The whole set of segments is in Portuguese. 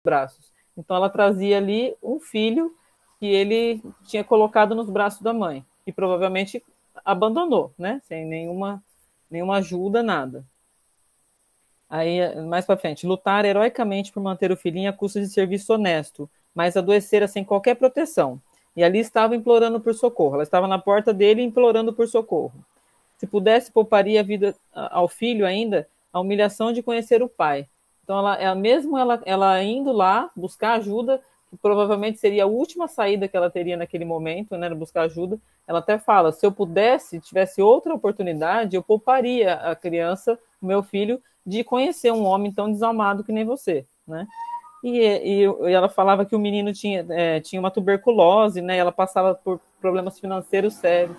braços. Então ela trazia ali um filho que ele tinha colocado nos braços da mãe e provavelmente abandonou, né? Sem nenhuma ajuda, nada. Aí, mais para frente, lutar heroicamente por manter o filhinho à custa de serviço honesto, mas adoecera sem qualquer proteção. E ali estava implorando por socorro. Ela estava na porta dele implorando por socorro. Se pudesse, pouparia a vida ao filho ainda a humilhação de conhecer o pai. Então, mesmo ela indo lá buscar ajuda, que provavelmente seria a última saída que ela teria naquele momento, né, buscar ajuda, ela até fala, se eu pudesse, tivesse outra oportunidade, eu pouparia a criança, o meu filho, de conhecer um homem tão desalmado que nem você, né? E ela falava que o menino tinha uma tuberculose, né? Ela passava por problemas financeiros sérios.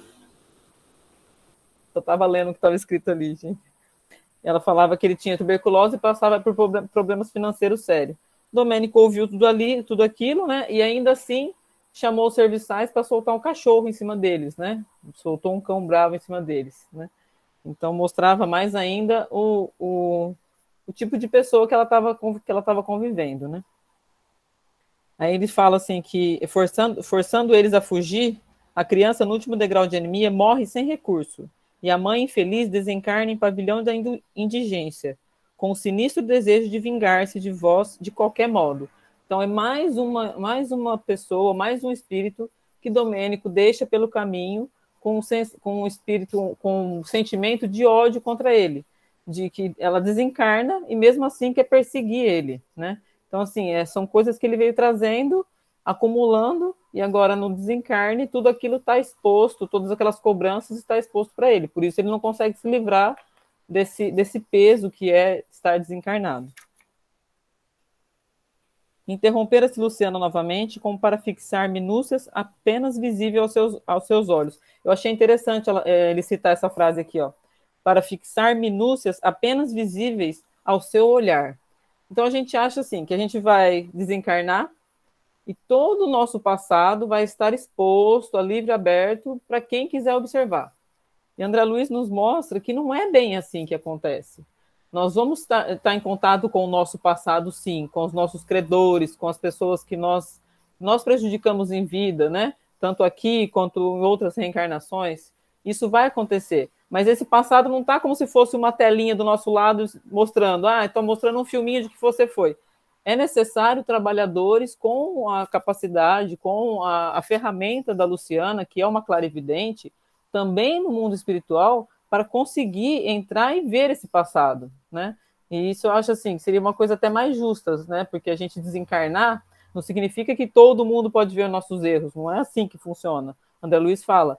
Eu estava lendo o que estava escrito ali, gente. Ela falava que ele tinha tuberculose e passava por problemas financeiros sérios. Domênico ouviu tudo ali, tudo aquilo, né? E ainda assim chamou os serviçais para soltar um cachorro em cima deles, né? Soltou um cão bravo em cima deles, né? Então mostrava mais ainda o tipo de pessoa que ela estava convivendo, né? Aí ele fala assim que forçando eles a fugir, a criança no último degrau de anemia morre sem recurso e a mãe infeliz desencarna em pavilhão da indigência, com o sinistro desejo de vingar-se de vós de qualquer modo. Então é mais uma pessoa, mais um espírito que Domênico deixa pelo caminho com um espírito, com um sentimento de ódio contra ele, de que ela desencarna e mesmo assim quer perseguir ele, né? Então, assim, são coisas que ele veio trazendo, acumulando, e agora no desencarne, tudo aquilo está exposto, todas aquelas cobranças está exposto para ele. Por isso ele não consegue se livrar desse peso que é estar desencarnado. Interrompera-se Luciana novamente, como para fixar minúcias apenas visíveis aos seus olhos. Eu achei interessante ele citar essa frase aqui, ó. Para fixar minúcias apenas visíveis ao seu olhar. Então a gente acha assim, que a gente vai desencarnar e todo o nosso passado vai estar exposto, a livre aberto, para quem quiser observar. E André Luiz nos mostra que não é bem assim que acontece. Nós vamos estar em contato com o nosso passado, sim, com os nossos credores, com as pessoas que nós prejudicamos em vida, né? Tanto aqui quanto em outras reencarnações. Isso vai acontecer. Mas esse passado não está como se fosse uma telinha do nosso lado mostrando, estou mostrando um filminho de que você foi. É necessário trabalhadores com a capacidade, com a ferramenta da Luciana, que é uma clarividente, também no mundo espiritual, para conseguir entrar e ver esse passado, né? E isso eu acho assim, que seria uma coisa até mais justa, né? Porque a gente desencarnar não significa que todo mundo pode ver nossos erros, não é assim que funciona. André Luiz fala,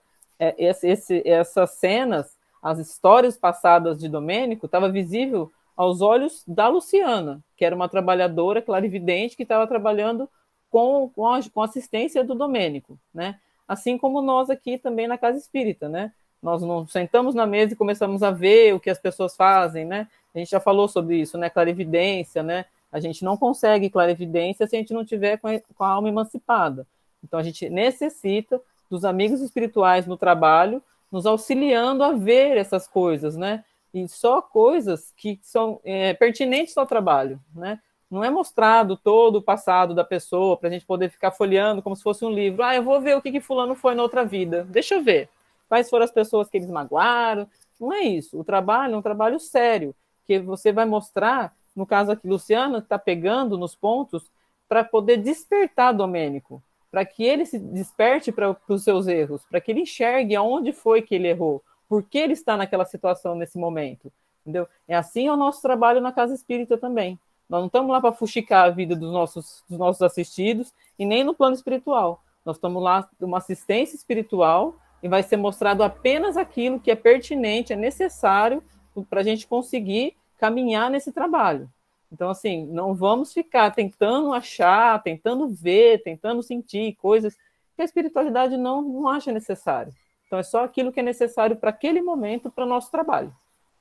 essas cenas, as histórias passadas de Domênico, estava visível aos olhos da Luciana, que era uma trabalhadora clarividente que estava trabalhando com assistência do Domênico, né? Assim como nós aqui também na Casa Espírita, né? Nós não sentamos na mesa e começamos a ver o que as pessoas fazem, né? A gente já falou sobre isso, né? Clarividência, né? A gente não consegue clarividência se a gente não tiver com a alma emancipada. Então a gente necessita dos amigos espirituais no trabalho, nos auxiliando a ver essas coisas, né? E só coisas que são pertinentes ao trabalho, né? Não é mostrado todo o passado da pessoa para a gente poder ficar folheando como se fosse um livro. Eu vou ver o que fulano foi na outra vida. Deixa eu ver. Quais foram as pessoas que eles magoaram. Não é isso. O trabalho é um trabalho sério, que você vai mostrar, no caso aqui, Luciana está pegando nos pontos para poder despertar Domênico, para que ele se desperte para os seus erros, para que ele enxergue aonde foi que ele errou, por que ele está naquela situação nesse momento. Entendeu? É assim o nosso trabalho na Casa Espírita também. Nós não estamos lá para fuxicar a vida dos nossos assistidos e nem no plano espiritual. Nós estamos lá uma assistência espiritual e vai ser mostrado apenas aquilo que é pertinente, é necessário para a gente conseguir caminhar nesse trabalho. Então, assim, não vamos ficar tentando achar, tentando ver, tentando sentir coisas que a espiritualidade não acha necessário. Então, é só aquilo que é necessário para aquele momento, para o nosso trabalho.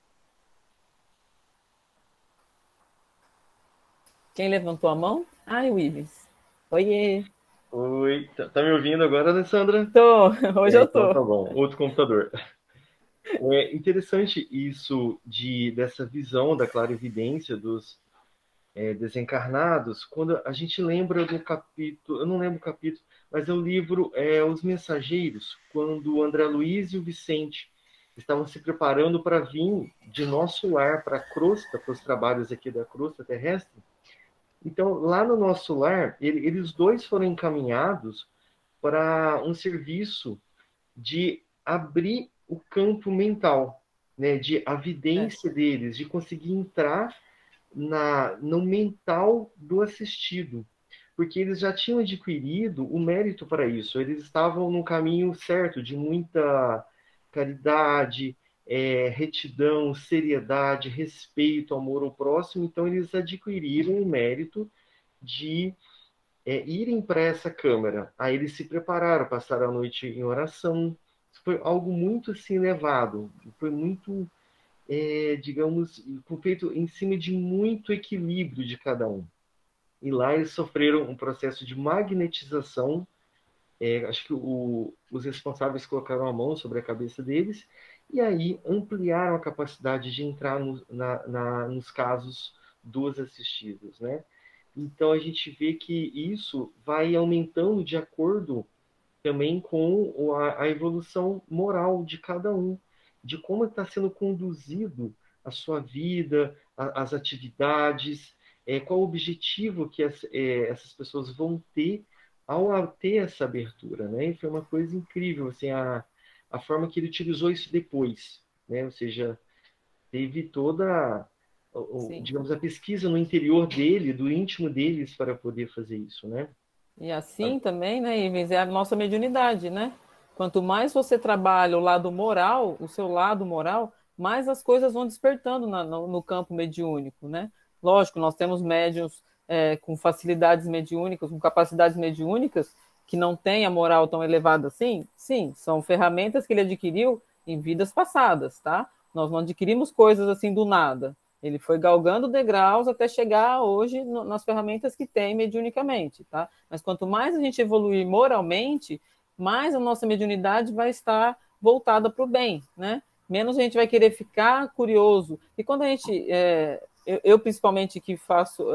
Quem levantou a mão? O Ives. Oiê. Oi, tá me ouvindo agora, Alessandra? Tô, hoje eu Então tô. tá bom, outro computador. É interessante isso dessa visão da clarividência desencarnados, quando a gente lembra do capítulo, eu não lembro o capítulo, mas é o livro Os Mensageiros, quando o André Luiz e o Vicente estavam se preparando para vir de nosso lar para a crosta, para os trabalhos aqui da crosta terrestre. Então, lá no nosso lar, eles dois foram encaminhados para um serviço de abrir o campo mental, né, de a É. vidência deles, de conseguir entrar no mental do assistido, porque eles já tinham adquirido o mérito para isso, eles estavam no caminho certo, de muita caridade, retidão, seriedade, respeito, amor ao próximo, então eles adquiriram o mérito de irem para essa câmara. Aí eles se prepararam, passaram a noite em oração. Foi algo muito assim elevado, foi muito, digamos, feito em cima de muito equilíbrio de cada um. E lá eles sofreram um processo de magnetização. Acho que os responsáveis colocaram a mão sobre a cabeça deles e aí ampliaram a capacidade de entrar nos casos dos assistidos, né? Então a gente vê que isso vai aumentando de acordo também com a evolução moral de cada um, de como está sendo conduzido a sua vida, as atividades, qual o objetivo que essas pessoas vão ter ao ter essa abertura, né? E foi uma coisa incrível, assim, a forma que ele utilizou isso depois, né? Ou seja, teve toda, Sim. digamos, a pesquisa no interior dele, do íntimo deles, para poder fazer isso, né? E assim também, né, Ivens, é a nossa mediunidade, né? Quanto mais você trabalha o lado moral, o seu lado moral, mais as coisas vão despertando no campo mediúnico, né? Lógico, nós temos médiuns com facilidades mediúnicas, com capacidades mediúnicas, que não têm a moral tão elevada assim. Sim, são ferramentas que ele adquiriu em vidas passadas, tá? Nós não adquirimos coisas assim do nada. Ele foi galgando degraus até chegar hoje nas ferramentas que tem mediunicamente, tá? Mas quanto mais a gente evoluir moralmente, mais a nossa mediunidade vai estar voltada para o bem, né? Menos a gente vai querer ficar curioso. E quando a gente, eu principalmente que faço,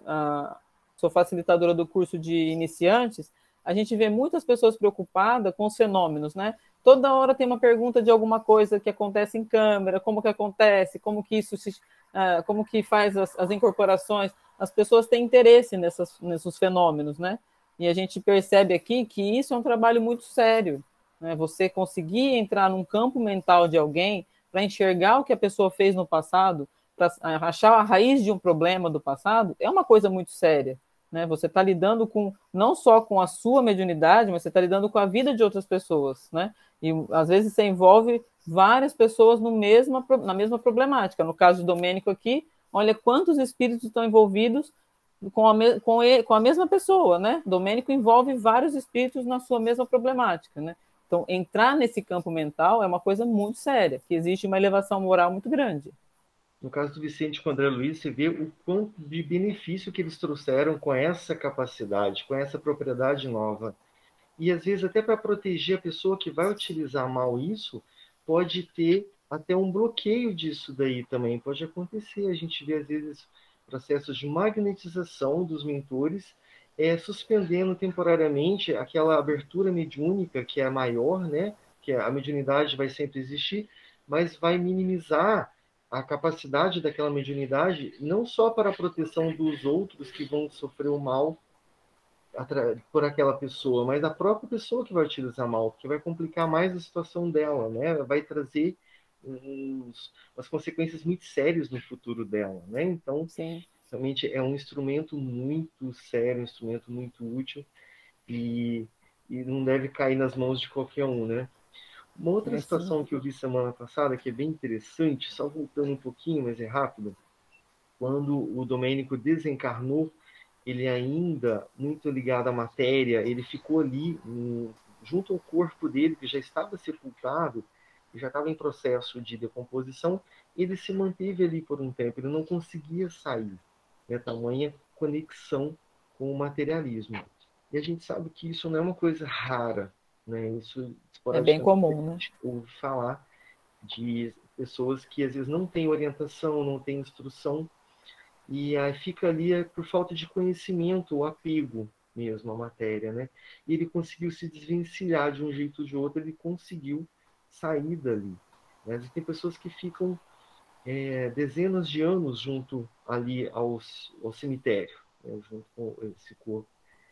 sou facilitadora do curso de iniciantes, a gente vê muitas pessoas preocupadas com os fenômenos, né? Toda hora tem uma pergunta de alguma coisa que acontece em câmera, como que acontece, como que isso se, como que faz as incorporações. As pessoas têm interesse nesses fenômenos, né? E a gente percebe aqui que isso é um trabalho muito sério, né? Você conseguir entrar num campo mental de alguém para enxergar o que a pessoa fez no passado, para achar a raiz de um problema do passado, é uma coisa muito séria. Né? Você está lidando com não só com a sua mediunidade, mas você está lidando com a vida de outras pessoas, né? E às vezes você envolve várias pessoas na mesma problemática. No caso do Domênico aqui, olha quantos espíritos estão envolvidos com a mesma pessoa, né? Domênico envolve vários espíritos na sua mesma problemática, né? Então, entrar nesse campo mental é uma coisa muito séria, que existe uma elevação moral muito grande. No caso do Vicente com o André Luiz, você vê o quanto de benefício que eles trouxeram com essa capacidade, com essa propriedade nova. E às vezes, até para proteger a pessoa que vai utilizar mal isso, pode ter até um bloqueio disso daí também. Pode acontecer. A gente vê, às vezes, processos de magnetização dos mentores, suspendendo temporariamente aquela abertura mediúnica que é maior, né? Que a mediunidade vai sempre existir, mas vai minimizar a capacidade daquela mediunidade, não só para a proteção dos outros que vão sofrer o mal por aquela pessoa, mas a própria pessoa que vai utilizar mal, porque vai complicar mais a situação dela, né? Vai trazer umas consequências muito sérias no futuro dela, né? Então, Sim, realmente é um instrumento muito sério, um instrumento muito útil e, e não deve cair nas mãos de qualquer um, né? Uma outra é sim. situação que eu vi semana passada, que é bem interessante, só voltando um pouquinho, mas é rápido, quando o Domênico desencarnou, ele ainda muito ligado à matéria, ele ficou ali junto ao corpo dele, que já estava sepultado, já estava em processo de decomposição, ele se manteve ali por um tempo, ele não conseguia sair, né, tamanha conexão com o materialismo. E a gente sabe que isso não é uma coisa rara, né? Isso É bem esporadicamente a comum, né? gente ouve falar de pessoas que às vezes não têm orientação, não têm instrução, e aí fica ali por falta de conhecimento, o apego mesmo à matéria, né? E ele conseguiu se desvencilhar de um jeito ou de outro, ele conseguiu sair dali. Mas tem pessoas que ficam dezenas de anos junto ali ao cemitério, né, junto com esse corpo.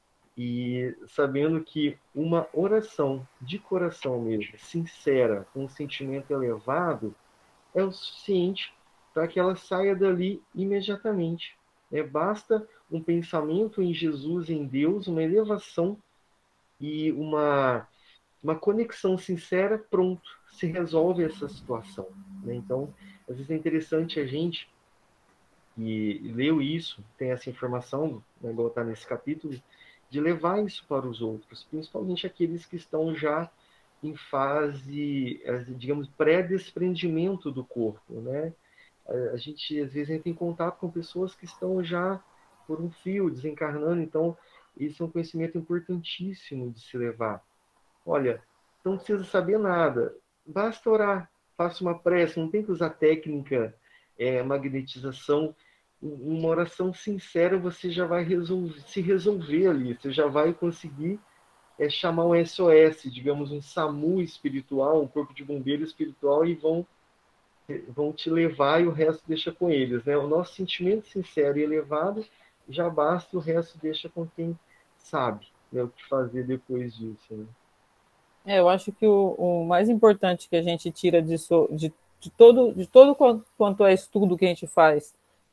E sabendo que uma oração de coração mesmo, sincera, com um sentimento elevado, é o suficiente para que ela saia dali imediatamente. Basta um pensamento em Jesus, em Deus, uma elevação e uma conexão sincera, pronto, se resolve essa situação. Então, às vezes é interessante a gente que leu isso, tem essa informação, né, igual está nesse capítulo, de levar isso para os outros, principalmente aqueles que estão já em fase, digamos, pré-desprendimento do corpo, né? A gente, às vezes, entra em contato com pessoas que estão já por um fio, desencarnando, então, isso é um conhecimento importantíssimo de se levar. Olha, não precisa saber nada, basta orar, faça uma prece, não tem que usar técnica, magnetização, uma oração sincera você já vai se resolver ali, você já vai conseguir chamar um SOS, digamos um SAMU espiritual, um corpo de bombeiro espiritual e vão te levar e o resto deixa com eles, né? O nosso sentimento sincero e elevado já basta, o resto deixa com quem sabe, né, o que fazer depois disso, né? Eu acho que o mais importante que a gente tira disso, de todo quanto é estudo que a gente faz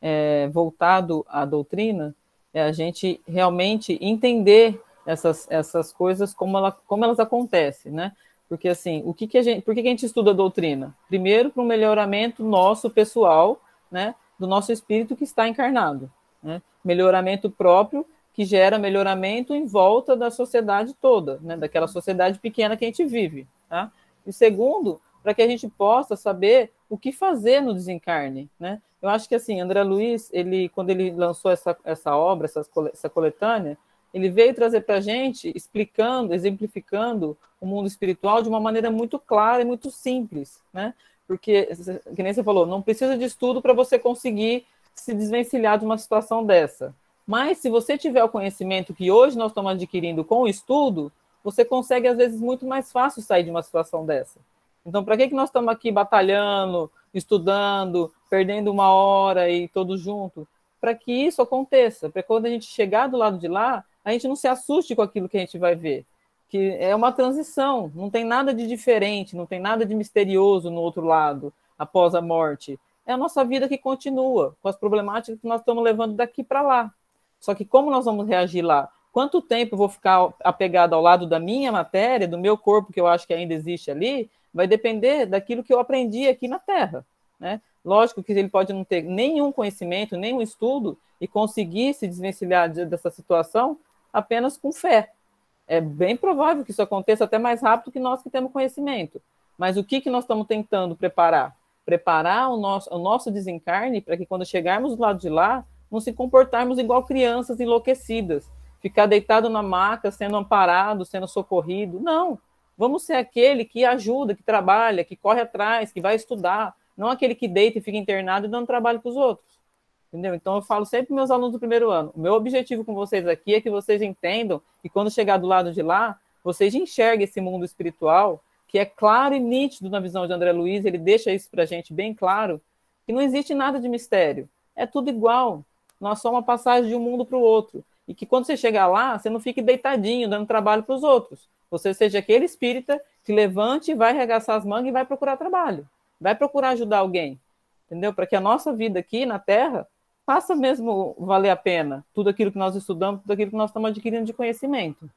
voltado à doutrina, é a gente realmente entender essas coisas como elas acontecem, né? Porque assim, por que a gente estuda a doutrina? Primeiro, para um melhoramento nosso pessoal, né, do nosso espírito que está encarnado, né? Melhoramento próprio que gera melhoramento em volta da sociedade toda, né, daquela sociedade pequena que a gente vive. Tá? E segundo, para que a gente possa saber o que fazer no desencarne. Né? Eu acho que assim, André Luiz, quando ele lançou essa obra, essa coletânea, ele veio trazer para a gente, explicando, exemplificando o mundo espiritual de uma maneira muito clara e muito simples. Né? Porque, que nem você falou, não precisa de estudo para você conseguir se desvencilhar de uma situação dessa. Mas se você tiver o conhecimento que hoje nós estamos adquirindo com o estudo, você consegue, às vezes, muito mais fácil sair de uma situação dessa. Então, para que nós estamos aqui batalhando, estudando, perdendo uma hora e todos juntos? Para que isso aconteça, para quando a gente chegar do lado de lá, a gente não se assuste com aquilo que a gente vai ver. Que é uma transição, não tem nada de diferente, não tem nada de misterioso no outro lado, após a morte. É a nossa vida que continua, com as problemáticas que nós estamos levando daqui para lá. Só que como nós vamos reagir lá? Quanto tempo eu vou ficar apegado ao lado da minha matéria, do meu corpo, que eu acho que ainda existe ali, vai depender daquilo que eu aprendi aqui na Terra. Né? Lógico que ele pode não ter nenhum conhecimento, nenhum estudo, e conseguir se desvencilhar dessa situação apenas com fé. É bem provável que isso aconteça até mais rápido que nós que temos conhecimento. Mas o que nós estamos tentando preparar? Preparar o nosso desencarne para que quando chegarmos do lado de lá, não se comportarmos igual crianças enlouquecidas, ficar deitado na maca, sendo amparado, sendo socorrido. Não. Vamos ser aquele que ajuda, que trabalha, que corre atrás, que vai estudar, não aquele que deita e fica internado e dando trabalho para os outros. Entendeu? Então eu falo sempre para meus alunos do primeiro ano, o meu objetivo com vocês aqui é que vocês entendam que quando chegar do lado de lá, vocês enxerguem esse mundo espiritual, que é claro e nítido na visão de André Luiz, ele deixa isso para a gente bem claro, que não existe nada de mistério, é tudo igual. Nós somos uma passagem de um mundo para o outro. E que quando você chegar lá, você não fique deitadinho, dando trabalho para os outros. Você seja aquele espírita que levante, vai arregaçar as mangas e vai procurar trabalho. Vai procurar ajudar alguém. Entendeu? Para que a nossa vida aqui na Terra faça mesmo valer a pena tudo aquilo que nós estudamos, tudo aquilo que nós estamos adquirindo de conhecimento.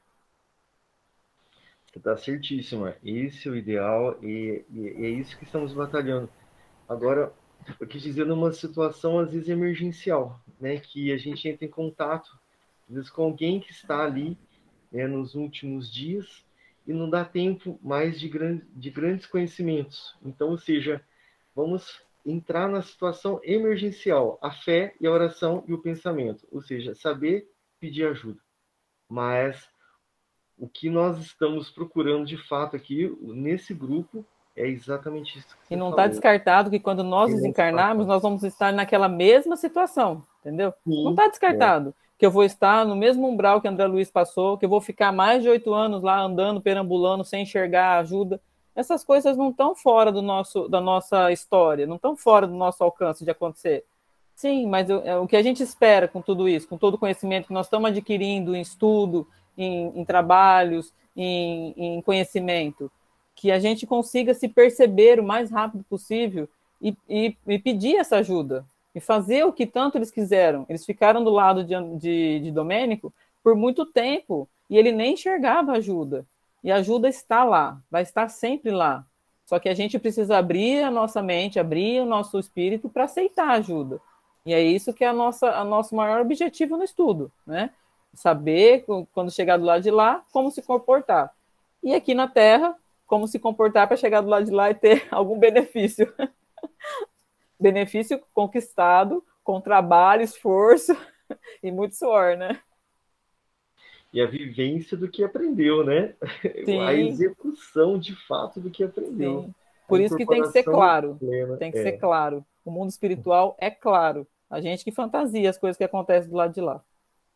Você está certíssima. Esse é o ideal e é isso que estamos batalhando. Agora, eu quis dizer numa situação, às vezes, emergencial, né? Que a gente entra em contato, às vezes, com alguém que está ali, né, nos últimos dias e não dá tempo mais de grandes conhecimentos. Então, ou seja, vamos entrar na situação emergencial, a fé e a oração e o pensamento, ou seja, saber pedir ajuda. Mas o que nós estamos procurando de fato aqui nesse grupo é exatamente isso que E você não está falou. descartado que quando nós desencarnarmos, nós vamos estar naquela mesma situação. entendeu? Não Sim, está é. descartado que eu vou estar no mesmo umbral que André Luiz passou, que eu vou ficar mais de 8 anos lá andando, perambulando, sem enxergar ajuda. Essas coisas não estão fora da nossa história, não estão fora do nosso alcance de acontecer. Sim, mas o que a gente espera com tudo isso, com todo o conhecimento que nós estamos adquirindo em estudo, em trabalhos, em conhecimento, que a gente consiga se perceber o mais rápido possível e pedir essa ajuda, e fazer o que tanto eles quiseram. Eles ficaram do lado de Domênico por muito tempo, e ele nem enxergava ajuda. E a ajuda está lá, vai estar sempre lá. Só que a gente precisa abrir a nossa mente, abrir o nosso espírito para aceitar a ajuda. E é isso que é a nosso maior objetivo no estudo, né? Saber, quando chegar do lado de lá, como se comportar. E aqui na Terra, como se comportar para chegar do lado de lá e ter algum benefício. Benefício conquistado com trabalho, esforço e muito suor, né? E a vivência do que aprendeu, né? A Sim, execução de fato do que aprendeu. sim. A Por isso que tem que ser incorporação claro. plena. Tem que ser claro. O mundo espiritual é claro. A gente que fantasia as coisas que acontecem do lado de lá.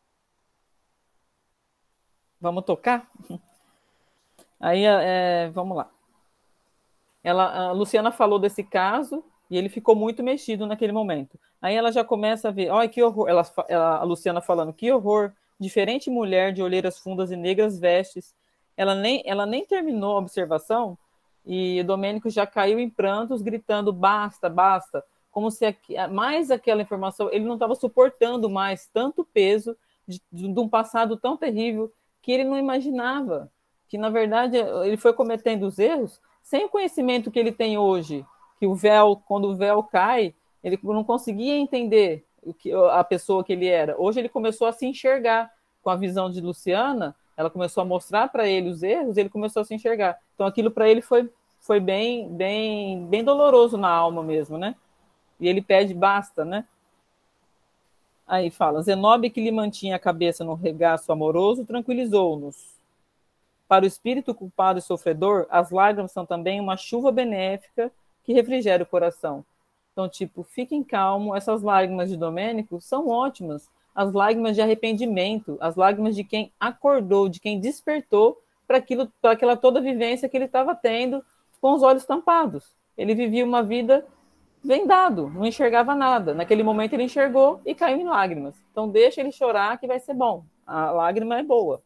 Vamos tocar? Aí, vamos lá. A Luciana falou desse caso e ele ficou muito mexido naquele momento. Aí ela já começa a ver, olha que horror, a Luciana falando, que horror, diferente mulher de olheiras fundas e negras vestes. Ela nem terminou a observação e o Domênico já caiu em prantos, gritando, basta, basta, como se mais aquela informação, ele não estava suportando mais tanto peso de um passado tão terrível que ele não imaginava, que na verdade ele foi cometendo os erros sem o conhecimento que ele tem hoje, que quando o véu cai, ele não conseguia entender a pessoa que ele era. Hoje ele começou a se enxergar com a visão de Luciana, ela começou a mostrar para ele os erros, ele começou a se enxergar. Então aquilo para ele foi bem doloroso na alma mesmo, né? E ele pede basta, né? Aí fala, Zenobe, que lhe mantinha a cabeça no regaço amoroso, tranquilizou-nos. Para o espírito culpado e sofredor, as lágrimas são também uma chuva benéfica que refrigera o coração. Então, tipo, fiquem calmos, essas lágrimas de Domênico são ótimas. As lágrimas de arrependimento, as lágrimas de quem acordou, de quem despertou para aquela toda vivência que ele estava tendo com os olhos tampados. Ele vivia uma vida vendado, não enxergava nada. Naquele momento ele enxergou e caiu em lágrimas. Então deixa ele chorar que vai ser bom. A lágrima é boa.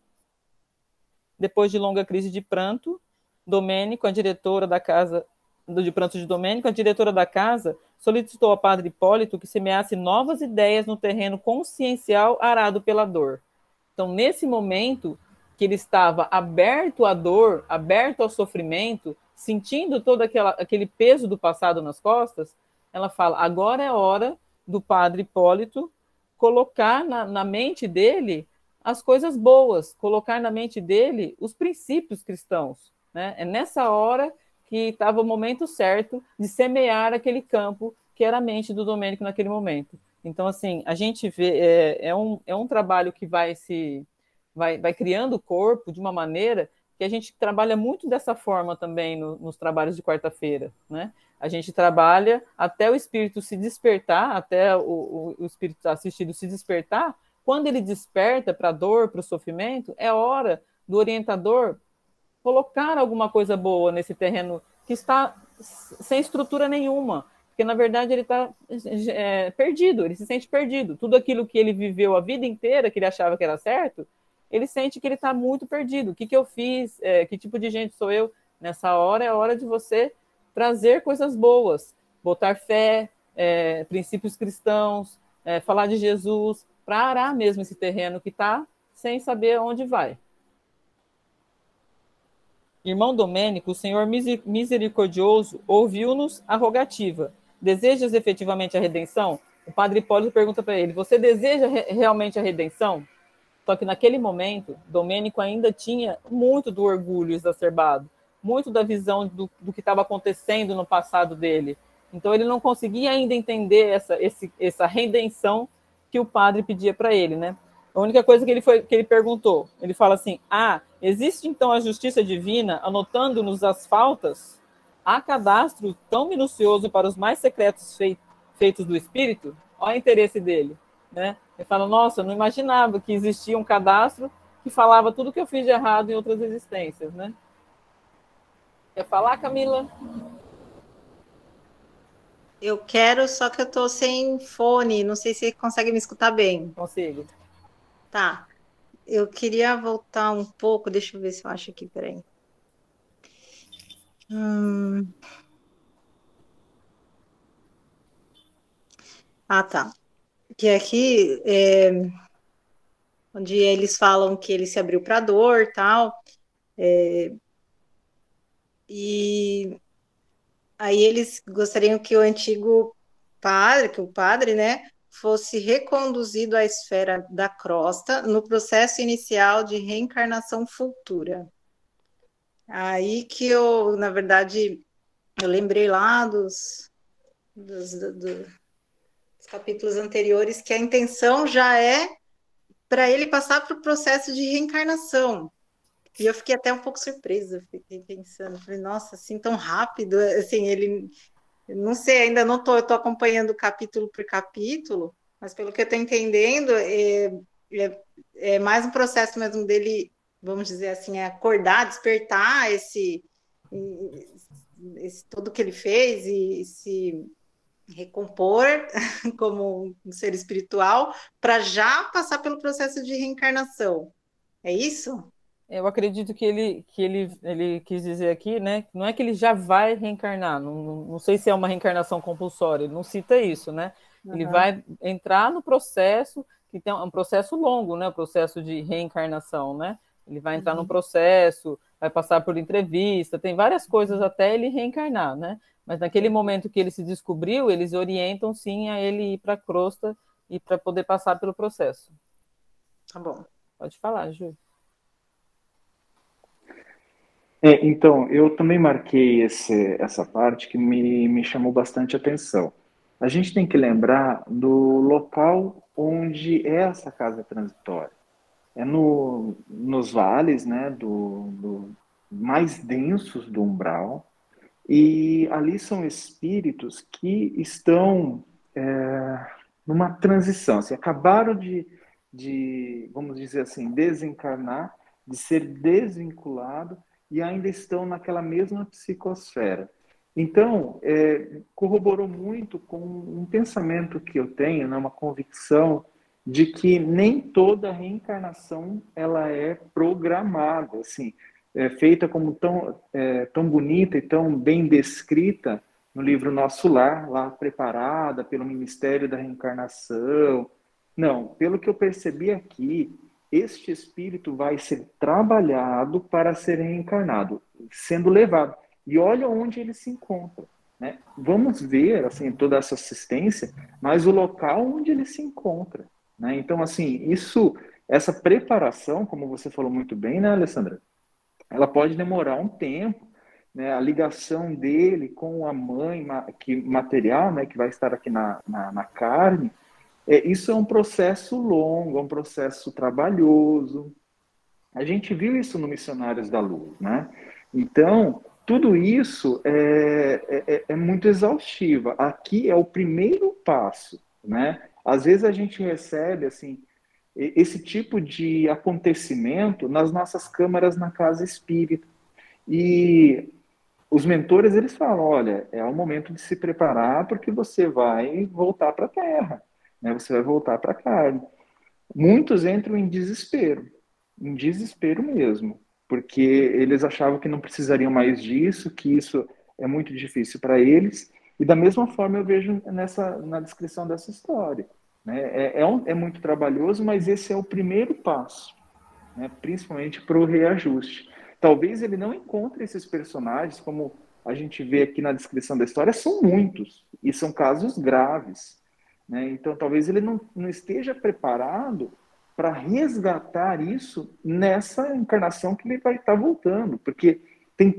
Depois de longa crise de pranto, Domênico, a diretora da casa de pranto de Domênico, a diretora da casa solicitou ao padre Hipólito que semeasse novas ideias no terreno consciencial arado pela dor. Então, nesse momento que ele estava aberto à dor, aberto ao sofrimento, sentindo todo aquele peso do passado nas costas, ela fala, agora é hora do padre Hipólito colocar na mente dele as coisas boas, colocar na mente dele os princípios cristãos. Né? É nessa hora que estava o momento certo de semear aquele campo que era a mente do Domênico naquele momento. Então, assim, a gente vê, é um trabalho que vai criando o corpo de uma maneira que a gente trabalha muito dessa forma também nos trabalhos de quarta-feira, né? A gente trabalha até o espírito se despertar, até o espírito assistido se despertar. Quando ele desperta para a dor, para o sofrimento, é hora do orientador colocar alguma coisa boa nesse terreno que está sem estrutura nenhuma, porque na verdade ele está perdido, ele se sente perdido. Tudo aquilo que ele viveu a vida inteira, que ele achava que era certo, ele sente que ele está muito perdido. O que eu fiz? Que tipo de gente sou eu? Nessa hora é hora de você trazer coisas boas, botar fé, princípios cristãos, falar de Jesus, para arar mesmo esse terreno que está sem saber onde vai. Irmão Domênico, o Senhor misericordioso ouviu-nos a rogativa. Desejas efetivamente a redenção? O padre Hipólito pergunta para ele, você deseja realmente a redenção? Só que naquele momento, Domênico ainda tinha muito do orgulho exacerbado, muito da visão do que estava acontecendo no passado dele. Então ele não conseguia ainda entender essa redenção que o padre pedia para ele, né? A única coisa que ele perguntou, ele fala assim, existe então a justiça divina anotando-nos as faltas? Há cadastro tão minucioso para os mais secretos feitos do espírito? Olha o interesse dele. né? Eu falo, nossa, eu não imaginava que existia um cadastro que falava tudo que eu fiz de errado em outras existências, né? Quer falar, Camila? Eu quero, só que eu tô sem fone, não sei se você consegue me escutar bem. Consigo. Tá. Eu queria voltar um pouco, deixa eu ver se eu acho aqui, peraí. Hum, tá. Que aqui, onde eles falam que ele se abriu para dor, tal, e aí eles gostariam que o antigo padre, que o padre, né, fosse reconduzido à esfera da crosta no processo inicial de reencarnação futura. Aí que eu, na verdade, eu lembrei lá dos capítulos anteriores que a intenção já é para ele passar para o processo de reencarnação. E eu fiquei até um pouco surpresa, fiquei pensando, falei, nossa, assim tão rápido, assim, ele, não sei, ainda não tô, eu tô acompanhando capítulo por capítulo, mas pelo que eu estou entendendo, é, é mais um processo mesmo dele, vamos dizer assim, acordar, despertar esse tudo que ele fez e se recompor como um ser espiritual para já passar pelo processo de reencarnação. É isso? Eu acredito que ele quis dizer aqui, né? Não é que ele já vai reencarnar, não sei se é uma reencarnação compulsória, ele não cita isso, né? Ele Uhum. vai entrar no processo, que tem um processo longo, né? O processo de reencarnação, né? Ele vai entrar no Uhum. processo, vai passar por entrevista, tem várias coisas até ele reencarnar, né? Mas naquele Entendi. momento que ele se descobriu, eles orientam sim a ele ir para a crosta e para poder passar pelo processo. Tá bom. Pode falar, Ju. Então, eu também marquei essa parte que me chamou bastante atenção. A gente tem que lembrar do local onde é essa casa transitória. É nos vales, né, mais densos do umbral, e ali são espíritos que estão numa transição, assim, acabaram vamos dizer assim, desencarnar, de ser desvinculado e ainda estão naquela mesma psicosfera. Então, corroborou muito com um pensamento que eu tenho, né, uma convicção de que nem toda reencarnação ela é programada, assim, feita como tão bonita e tão bem descrita no livro Nosso Lar, lá preparada pelo Ministério da Reencarnação. Não, pelo que eu percebi aqui, este espírito vai ser trabalhado para ser reencarnado, sendo levado. E olha onde ele se encontra. Né? Vamos ver assim toda essa assistência, mas o local onde ele se encontra. Né? Então, assim, essa preparação, como você falou muito bem, né, Alessandra? Ela pode demorar um tempo, né? A ligação dele com a mãe que material, né, que vai estar aqui na carne, isso é um processo longo, é um processo trabalhoso. A gente viu isso no Missionários da Luz, né? Então, tudo isso é muito exaustivo. Aqui é o primeiro passo, né? Às vezes a gente recebe, assim, esse tipo de acontecimento nas nossas câmaras na casa espírita. E os mentores, eles falam, olha, é o momento de se preparar porque você vai voltar para a Terra, né? Você vai voltar para a carne. Muitos entram em desespero mesmo, porque eles achavam que não precisariam mais disso, que isso é muito difícil para eles, e da mesma forma eu vejo na descrição dessa história. Né? É muito trabalhoso, mas esse é o primeiro passo, né? Principalmente para o reajuste. Talvez ele não encontre esses personagens, como a gente vê aqui na descrição da história, são muitos, e são casos graves. Né? Então, talvez ele não esteja preparado para resgatar isso nessa encarnação que ele vai estar voltando, porque tem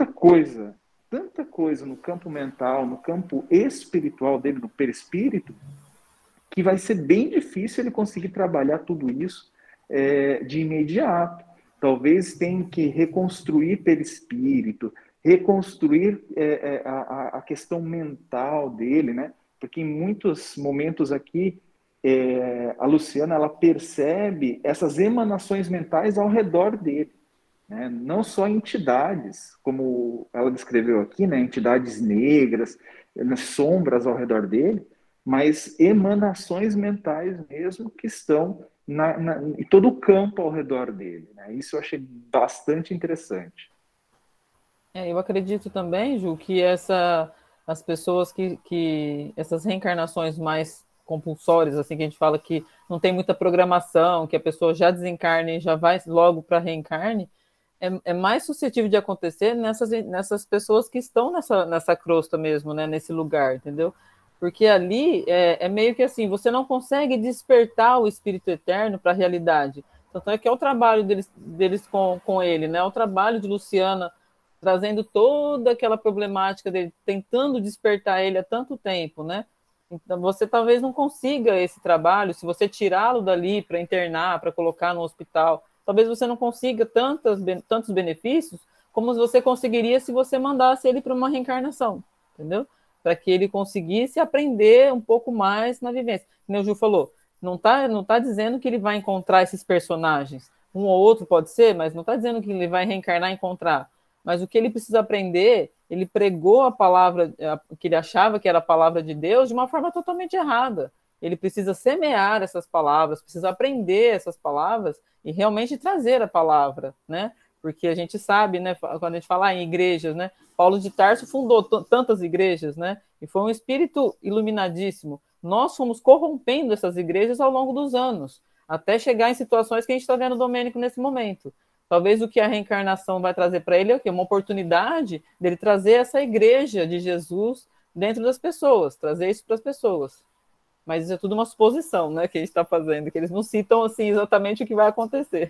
tanta coisa no campo mental, no campo espiritual dele, no perispírito, que vai ser bem difícil ele conseguir trabalhar tudo isso de imediato. Talvez tenha que reconstruir perispírito, reconstruir a questão mental dele, né? Porque em muitos momentos aqui a Luciana, ela percebe essas emanações mentais ao redor dele, né? Não só entidades, como ela descreveu aqui, né? Entidades negras, sombras ao redor dele, mas emanações mentais mesmo que estão em todo o campo ao redor dele, né? Isso eu achei bastante interessante. Eu acredito também, Ju, que as pessoas essas reencarnações mais compulsórias, assim, que a gente fala que não tem muita programação, que a pessoa já desencarna e já vai logo para reencarne, é mais suscetível de acontecer nessas pessoas que estão nessa crosta mesmo, né, nesse lugar, entendeu? Porque ali é meio que assim, você não consegue despertar o espírito eterno para a realidade. Tanto é que é o trabalho deles com ele, né? É o trabalho de Luciana trazendo toda aquela problemática dele, tentando despertar ele há tanto tempo, né? Então, você talvez não consiga esse trabalho, se você tirá-lo dali para internar, para colocar no hospital, talvez você não consiga tantos benefícios como você conseguiria se você mandasse ele para uma reencarnação, entendeu? Para que ele conseguisse aprender um pouco mais na vivência. Como o Ju falou, não tá dizendo que ele vai encontrar esses personagens. Um ou outro pode ser, mas não está dizendo que ele vai reencarnar e encontrar. Mas o que ele precisa aprender, ele pregou a palavra que ele achava que era a palavra de Deus de uma forma totalmente errada. Ele precisa semear essas palavras, precisa aprender essas palavras e realmente trazer a palavra, né? Porque a gente sabe, né, quando a gente fala em igrejas, né, Paulo de Tarso fundou tantas igrejas, né, e foi um espírito iluminadíssimo. Nós fomos corrompendo essas igrejas ao longo dos anos, até chegar em situações que a gente está vendo o Domênico nesse momento. Talvez o que a reencarnação vai trazer para ele é o quê? Uma oportunidade dele trazer essa igreja de Jesus dentro das pessoas, trazer isso para as pessoas. Mas isso é tudo uma suposição, né, que a gente está fazendo, que eles não citam assim exatamente o que vai acontecer.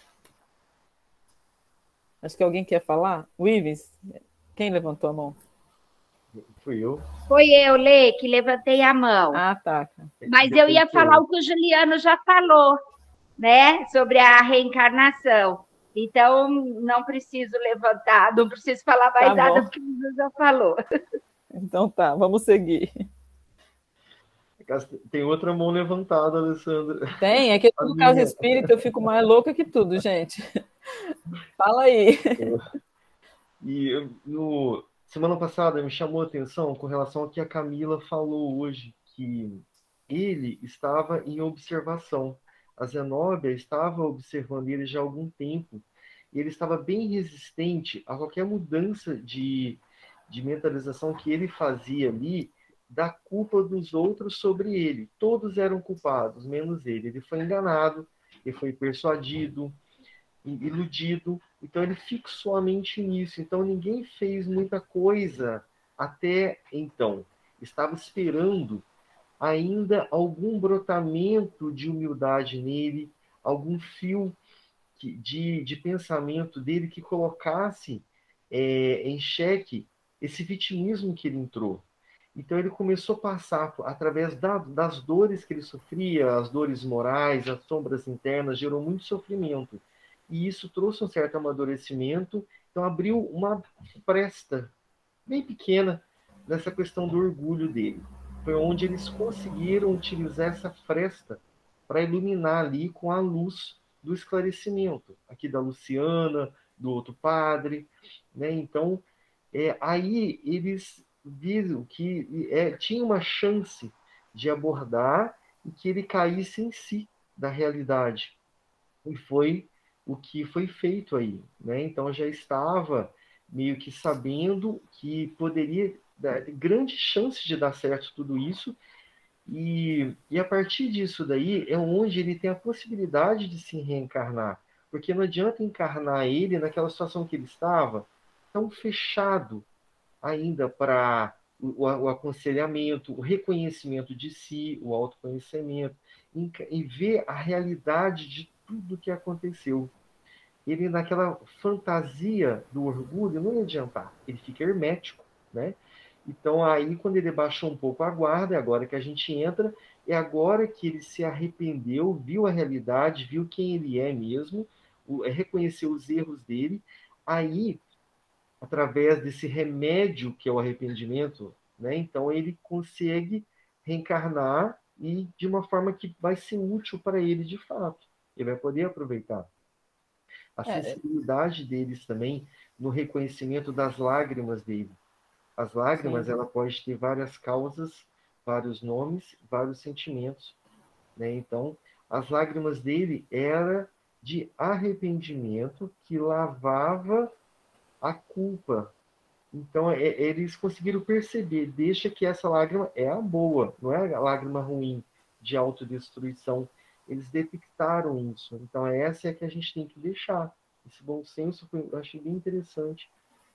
Acho que alguém quer falar? O Ives? Quem levantou a mão? Fui eu. Foi eu, Lê, que levantei a mão. Ah, tá. Mas eu ia falar o que o Juliano já falou, né? Sobre a reencarnação. Então, não preciso levantar, não preciso falar mais nada, porque o Juliano já falou. Então tá, vamos seguir. Tem outra mão levantada, Alessandra. Tem, é que no caso espírita eu fico mais louca que tudo, gente. Fala aí. E semana passada me chamou a atenção com relação ao que a Camila falou hoje, que ele estava em observação. A Zenóbia estava observando ele já há algum tempo. E ele estava bem resistente a qualquer mudança de mentalização que ele fazia ali, da culpa dos outros sobre ele. Todos eram culpados, menos ele. Ele foi enganado, ele foi persuadido, iludido. Então ele fixou a mente nisso. Então ninguém fez muita coisa até então. Estava esperando ainda algum brotamento de humildade nele, algum fio de pensamento dele que colocasse em xeque esse vitimismo que ele entrou. Então ele começou a passar através das dores que ele sofria, as dores morais, as sombras internas, gerou muito sofrimento. E isso trouxe um certo amadurecimento, então abriu uma fresta bem pequena nessa questão do orgulho dele. Foi onde eles conseguiram utilizar essa fresta para iluminar ali com a luz do esclarecimento, aqui da Luciana, do outro padre, né? Então, aí eles viram que tinha uma chance de abordar e que ele caísse em si da realidade. E foi o que foi feito aí, né? Então já estava meio que sabendo que poderia dar grandes chances de dar certo tudo isso, e a partir disso daí é onde ele tem a possibilidade de se reencarnar, porque não adianta encarnar ele naquela situação que ele estava, tão fechado ainda para o aconselhamento, o reconhecimento de si, o autoconhecimento, e ver a realidade de tudo que aconteceu. Ele, naquela fantasia do orgulho, não ia adiantar, ele fica hermético, né? Então, aí, quando ele baixou um pouco a guarda, é agora que a gente entra, é agora que ele se arrependeu, viu a realidade, viu quem ele é mesmo, reconheceu os erros dele, aí, através desse remédio que é o arrependimento, né? Então ele consegue reencarnar e de uma forma que vai ser útil para ele de fato. Ele vai poder aproveitar. A sensibilidade deles também no reconhecimento das lágrimas dele. As lágrimas, ela pode ter várias causas, vários nomes, vários sentimentos, né? Então, as lágrimas dele era de arrependimento que lavava a culpa. Então, eles conseguiram perceber, deixa que essa lágrima é a boa, não é a lágrima ruim, de autodestruição. Eles detectaram isso. Então, essa é a que a gente tem que deixar. Esse bom senso eu achei bem interessante.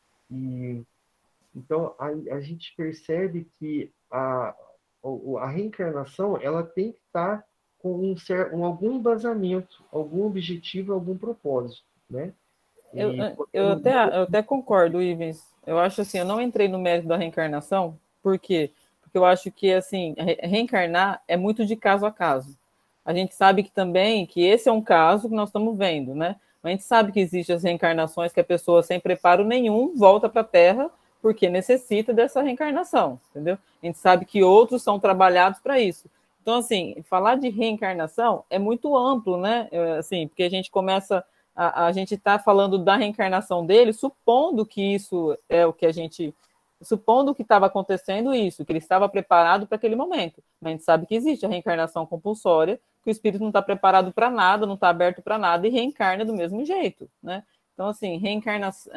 E, então, a gente percebe que a reencarnação ela tem que estar com algum embasamento, algum objetivo, algum propósito, né? Eu até concordo, Ivens. Eu acho assim, eu não entrei no mérito da reencarnação, por quê? Porque eu acho que assim, reencarnar é muito de caso a caso. A gente sabe que também que esse é um caso que nós estamos vendo, né? A gente sabe que existem as reencarnações que a pessoa sem preparo nenhum volta para a Terra porque necessita dessa reencarnação, entendeu? A gente sabe que outros são trabalhados para isso. Então, assim, falar de reencarnação é muito amplo, né? Assim, porque a gente começa a gente está falando da reencarnação dele, supondo que isso é o que a gente... Supondo que estava acontecendo isso, que ele estava preparado para aquele momento. Mas a gente sabe que existe a reencarnação compulsória, que o espírito não está preparado para nada, não está aberto para nada e reencarna do mesmo jeito, né? Então, assim, reencarnação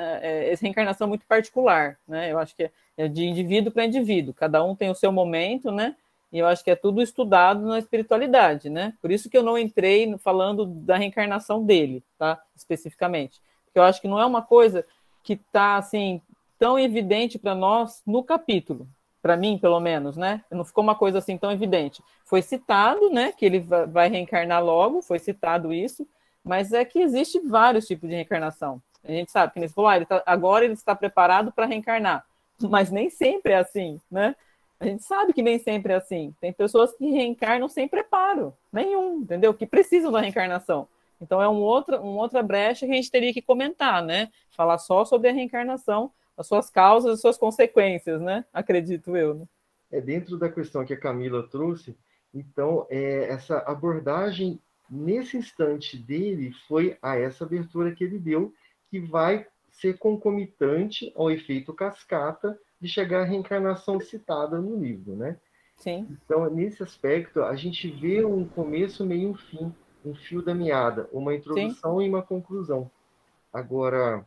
é muito particular, né? Eu acho que é de indivíduo para indivíduo. Cada um tem o seu momento, né? E eu acho que é tudo estudado na espiritualidade, né? Por isso que eu não entrei falando da reencarnação dele, tá? Especificamente. Porque eu acho que não é uma coisa que está, assim, tão evidente para nós no capítulo. Para mim, pelo menos, né? Não ficou uma coisa assim tão evidente. Foi citado, né? Que ele vai reencarnar logo, foi citado isso, mas é que existe vários tipos de reencarnação. A gente sabe que ele falou, agora ele está preparado para reencarnar. Mas nem sempre é assim, né? A gente sabe que nem sempre é assim. Tem pessoas que reencarnam sem preparo nenhum, entendeu? Que precisam da reencarnação. Então é uma outra brecha que a gente teria que comentar, né? Falar só sobre a reencarnação, as suas causas, as suas consequências, né? Acredito eu. Né? Dentro da questão que a Camila trouxe, então, essa abordagem nesse instante dele foi a essa abertura que ele deu, que vai ser concomitante ao efeito cascata de chegar à reencarnação citada no livro, né? Sim. Então, nesse aspecto, a gente vê um começo, meio um fim, um fio da meada, uma introdução Sim. E uma conclusão. Agora,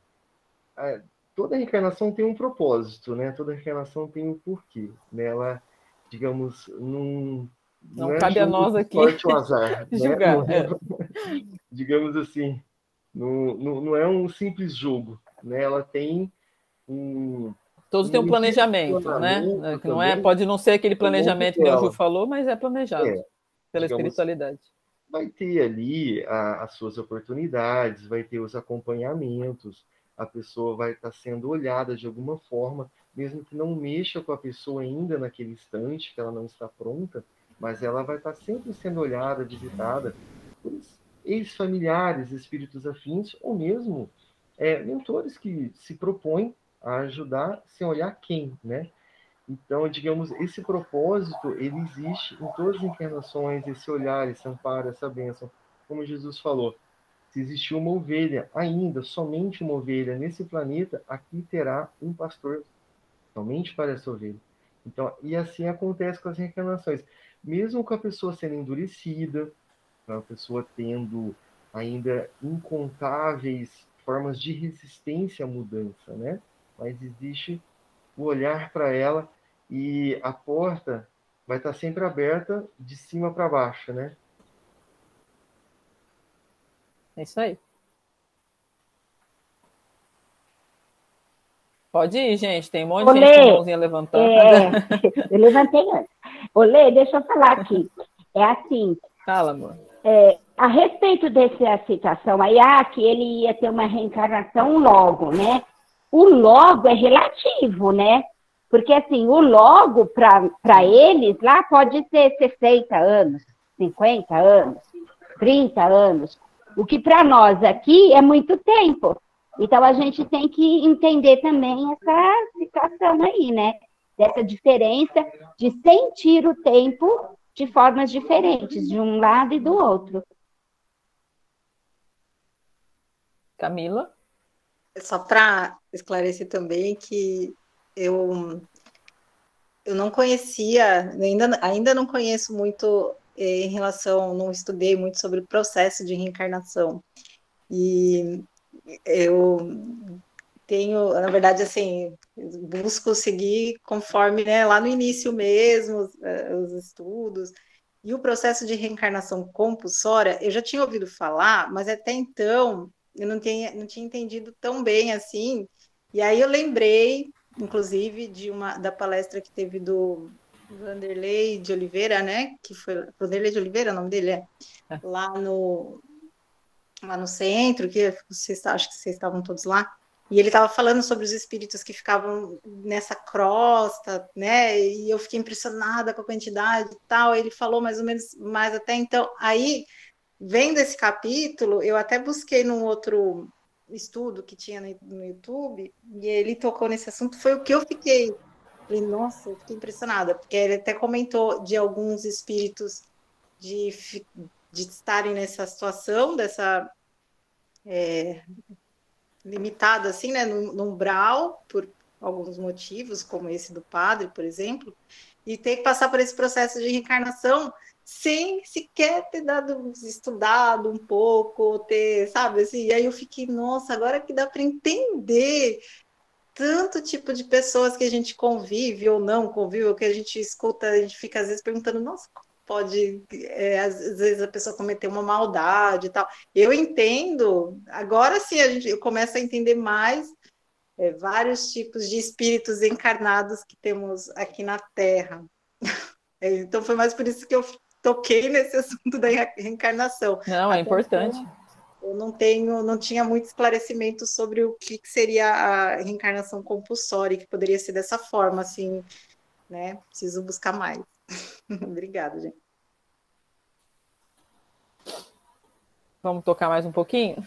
toda reencarnação tem um propósito, né? Toda reencarnação tem um porquê. Né? Ela, digamos, não cabe a nós aqui sorte ou azar, julgar. Né? Digamos assim, não é um simples jogo. Né? Ela tem Todos têm um planejamento, né? Que não pode não ser aquele planejamento que o Ju falou, mas é planejado pela espiritualidade. Vai ter ali as suas oportunidades, vai ter os acompanhamentos, a pessoa vai estar sendo olhada de alguma forma, mesmo que não mexa com a pessoa ainda naquele instante, que ela não está pronta, mas ela vai estar sempre sendo olhada, visitada por ex-familiares, espíritos afins, ou mesmo mentores que se propõem a ajudar sem olhar quem, né? Então, digamos, esse propósito, ele existe em todas as encarnações, esse olhar, esse amparo, essa bênção. Como Jesus falou, se existir uma ovelha, ainda, somente uma ovelha nesse planeta, aqui terá um pastor somente para essa ovelha. Então, e assim acontece com as reencarnações. Mesmo com a pessoa sendo endurecida, a pessoa tendo ainda incontáveis formas de resistência à mudança, né? Mas existe o olhar para ela e a porta vai estar sempre aberta de cima para baixo, né? É isso aí. Pode ir, gente. Tem um monte de gente com a mãozinha levantada. Eu levantei antes. Olê, deixa eu falar aqui. É assim. Fala, amor. A respeito dessa citação aí, que ele ia ter uma reencarnação logo, né? O logo é relativo, né? Porque, assim, o logo, para eles, lá pode ser 60 anos, 50 anos, 30 anos. O que para nós aqui é muito tempo. Então, a gente tem que entender também essa situação aí, né? Dessa diferença de sentir o tempo de formas diferentes, de um lado e do outro. Camila? Só para esclarecer também que eu não conhecia, ainda não conheço muito em relação, não estudei muito sobre o processo de reencarnação. E eu tenho, na verdade, assim, busco seguir conforme, né, lá no início mesmo, os estudos. E o processo de reencarnação compulsória, eu já tinha ouvido falar, mas até então eu não tinha entendido tão bem assim. E aí eu lembrei, inclusive, da palestra que teve do Vanderlei de Oliveira, né? Que foi Vanderlei de Oliveira, o nome dele lá no centro, que acho que vocês estavam todos lá. E ele estava falando sobre os espíritos que ficavam nessa crosta, né? E eu fiquei impressionada com a quantidade e tal. Ele falou mais ou menos mais até então. Aí, vendo esse capítulo, eu até busquei num outro estudo que tinha no YouTube, e ele tocou nesse assunto. Foi o que eu fiquei. Falei, nossa, eu fiquei impressionada, porque ele até comentou de alguns espíritos de estarem nessa situação, dessa limitado assim, né, no umbral, por alguns motivos, como esse do padre, por exemplo, e ter que passar por esse processo de reencarnação sem sequer ter estudado um pouco, ter, sabe, assim, e aí eu fiquei, nossa, agora que dá para entender tanto tipo de pessoas que a gente convive ou não convive, ou que a gente escuta, a gente fica às vezes perguntando, nossa, pode, às vezes a pessoa cometer uma maldade e tal. Eu entendo, agora sim eu começo a entender mais vários tipos de espíritos encarnados que temos aqui na Terra. Então foi mais por isso que eu toquei nesse assunto da reencarnação. Não, é importante. Eu não tinha muito esclarecimento sobre o que seria a reencarnação compulsória, que poderia ser dessa forma, assim, né? Preciso buscar mais. Obrigada, gente. Vamos tocar mais um pouquinho?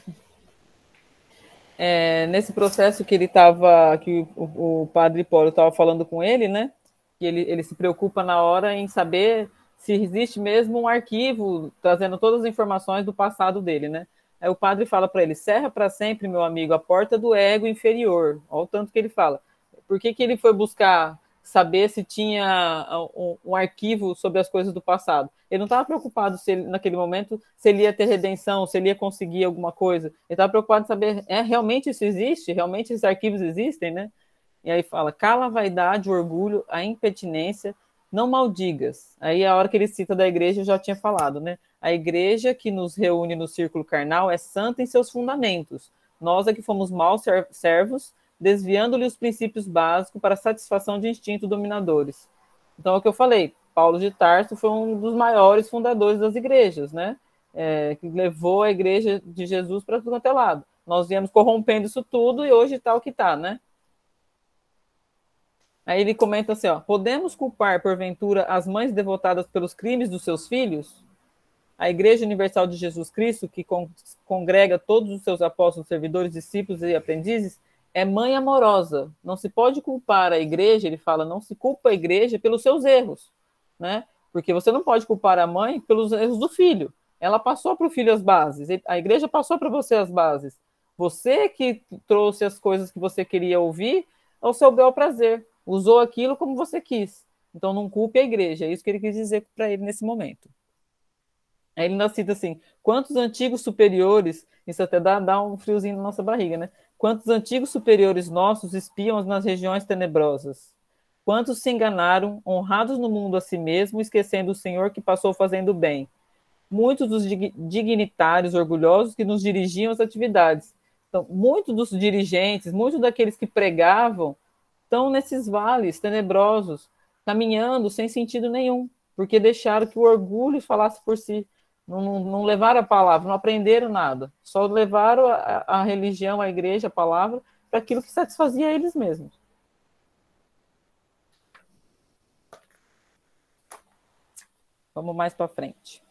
Nesse processo que ele estava, que o padre Hipólito estava falando com ele, né? Que ele se preocupa na hora em saber se existe mesmo um arquivo trazendo todas as informações do passado dele, né? Aí o padre fala para ele, cerra para sempre, meu amigo, a porta do ego inferior. Olha o tanto que ele fala. Por que ele foi buscar saber se tinha um arquivo sobre as coisas do passado? Ele não estava preocupado se ele, naquele momento, se ele ia ter redenção, se ele ia conseguir alguma coisa. Ele estava preocupado em saber, realmente isso existe? Realmente esses arquivos existem, né? E aí fala, cala a vaidade, o orgulho, a impertinência, não maldigas. Aí a hora que ele cita da igreja, eu já tinha falado, né? A igreja que nos reúne no círculo carnal é santa em seus fundamentos. Nós é que fomos maus servos, desviando-lhe os princípios básicos para a satisfação de instintos dominadores. Então, é o que eu falei, Paulo de Tarso foi um dos maiores fundadores das igrejas, né? Que levou a igreja de Jesus para tudo quanto é lado. Nós viemos corrompendo isso tudo e hoje está o que está, né? Aí ele comenta assim, ó, podemos culpar, porventura, as mães devotadas pelos crimes dos seus filhos? A Igreja Universal de Jesus Cristo, que congrega todos os seus apóstolos, servidores, discípulos e aprendizes, é mãe amorosa. Não se pode culpar a igreja, ele fala, não se culpa a igreja pelos seus erros, né? Porque você não pode culpar a mãe pelos erros do filho. Ela passou para o filho as bases, a igreja passou para você as bases. Você que trouxe as coisas que você queria ouvir ao seu bel prazer, usou aquilo como você quis. Então não culpe a igreja, é isso que ele quis dizer para ele nesse momento. Aí ele ainda cita assim, quantos antigos superiores, isso até dá um friozinho na nossa barriga, né? Quantos antigos superiores nossos espiam nas regiões tenebrosas? Quantos se enganaram, honrados no mundo a si mesmo, esquecendo o Senhor que passou fazendo bem? Muitos dos dignitários orgulhosos que nos dirigiam às atividades. Então, muitos dos dirigentes, muitos daqueles que pregavam, estão nesses vales tenebrosos, caminhando sem sentido nenhum, porque deixaram que o orgulho falasse por si. Não levaram a palavra, não aprenderam nada. Só levaram a religião, a igreja, a palavra, para aquilo que satisfazia eles mesmos. Vamos mais para frente.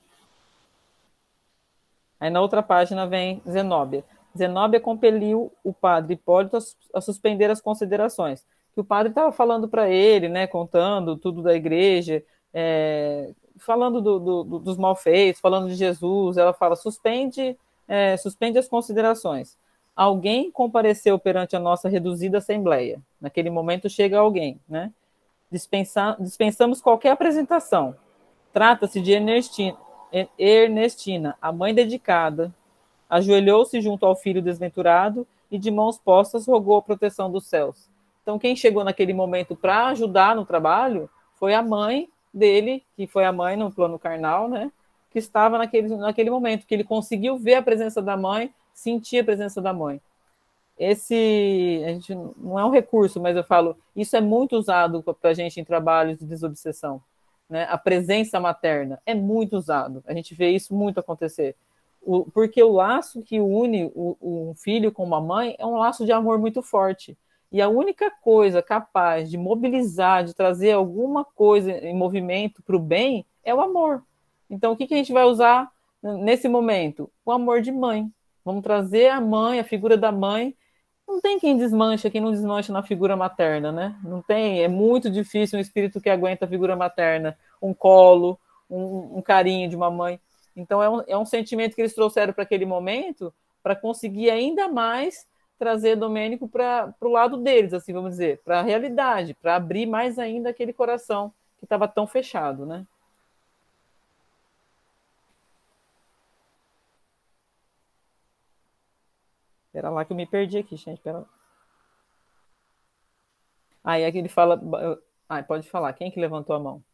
Aí na outra página vem Zenóbia. Zenóbia compeliu o padre Hipólito a suspender as considerações. Que o padre estava falando para ele, né, contando tudo da igreja, falando dos malfeitos, falando de Jesus, ela fala, suspende as considerações. Alguém compareceu perante a nossa reduzida assembleia. Naquele momento chega alguém, né? Dispensamos qualquer apresentação. Trata-se de Ernestina, a mãe dedicada, ajoelhou-se junto ao filho desventurado e de mãos postas rogou a proteção dos céus. Então, quem chegou naquele momento para ajudar no trabalho foi a mãe dele, que foi a mãe no plano carnal, né? Que estava naquele momento, que ele conseguiu ver a presença da mãe, sentir a presença da mãe. A gente não é um recurso, mas eu falo, isso é muito usado para a gente em trabalhos de desobsessão, né? A presença materna é muito usado, a gente vê isso muito acontecer. Porque o laço que une um filho com uma mãe é um laço de amor muito forte. E a única coisa capaz de mobilizar, de trazer alguma coisa em movimento para o bem, é o amor. Então, o que a gente vai usar nesse momento? O amor de mãe. Vamos trazer a mãe, a figura da mãe. Não tem quem não desmancha na figura materna, né? Não tem, é muito difícil um espírito que aguenta a figura materna, um colo, um carinho de uma mãe. Então, é um sentimento que eles trouxeram para aquele momento para conseguir ainda mais trazer Domênico para o lado deles, assim, vamos dizer, para a realidade, para abrir mais ainda aquele coração que estava tão fechado, né? Espera lá que eu me perdi aqui, gente. Espera lá. Aí aqui ele fala... pode falar. Quem que levantou a mão?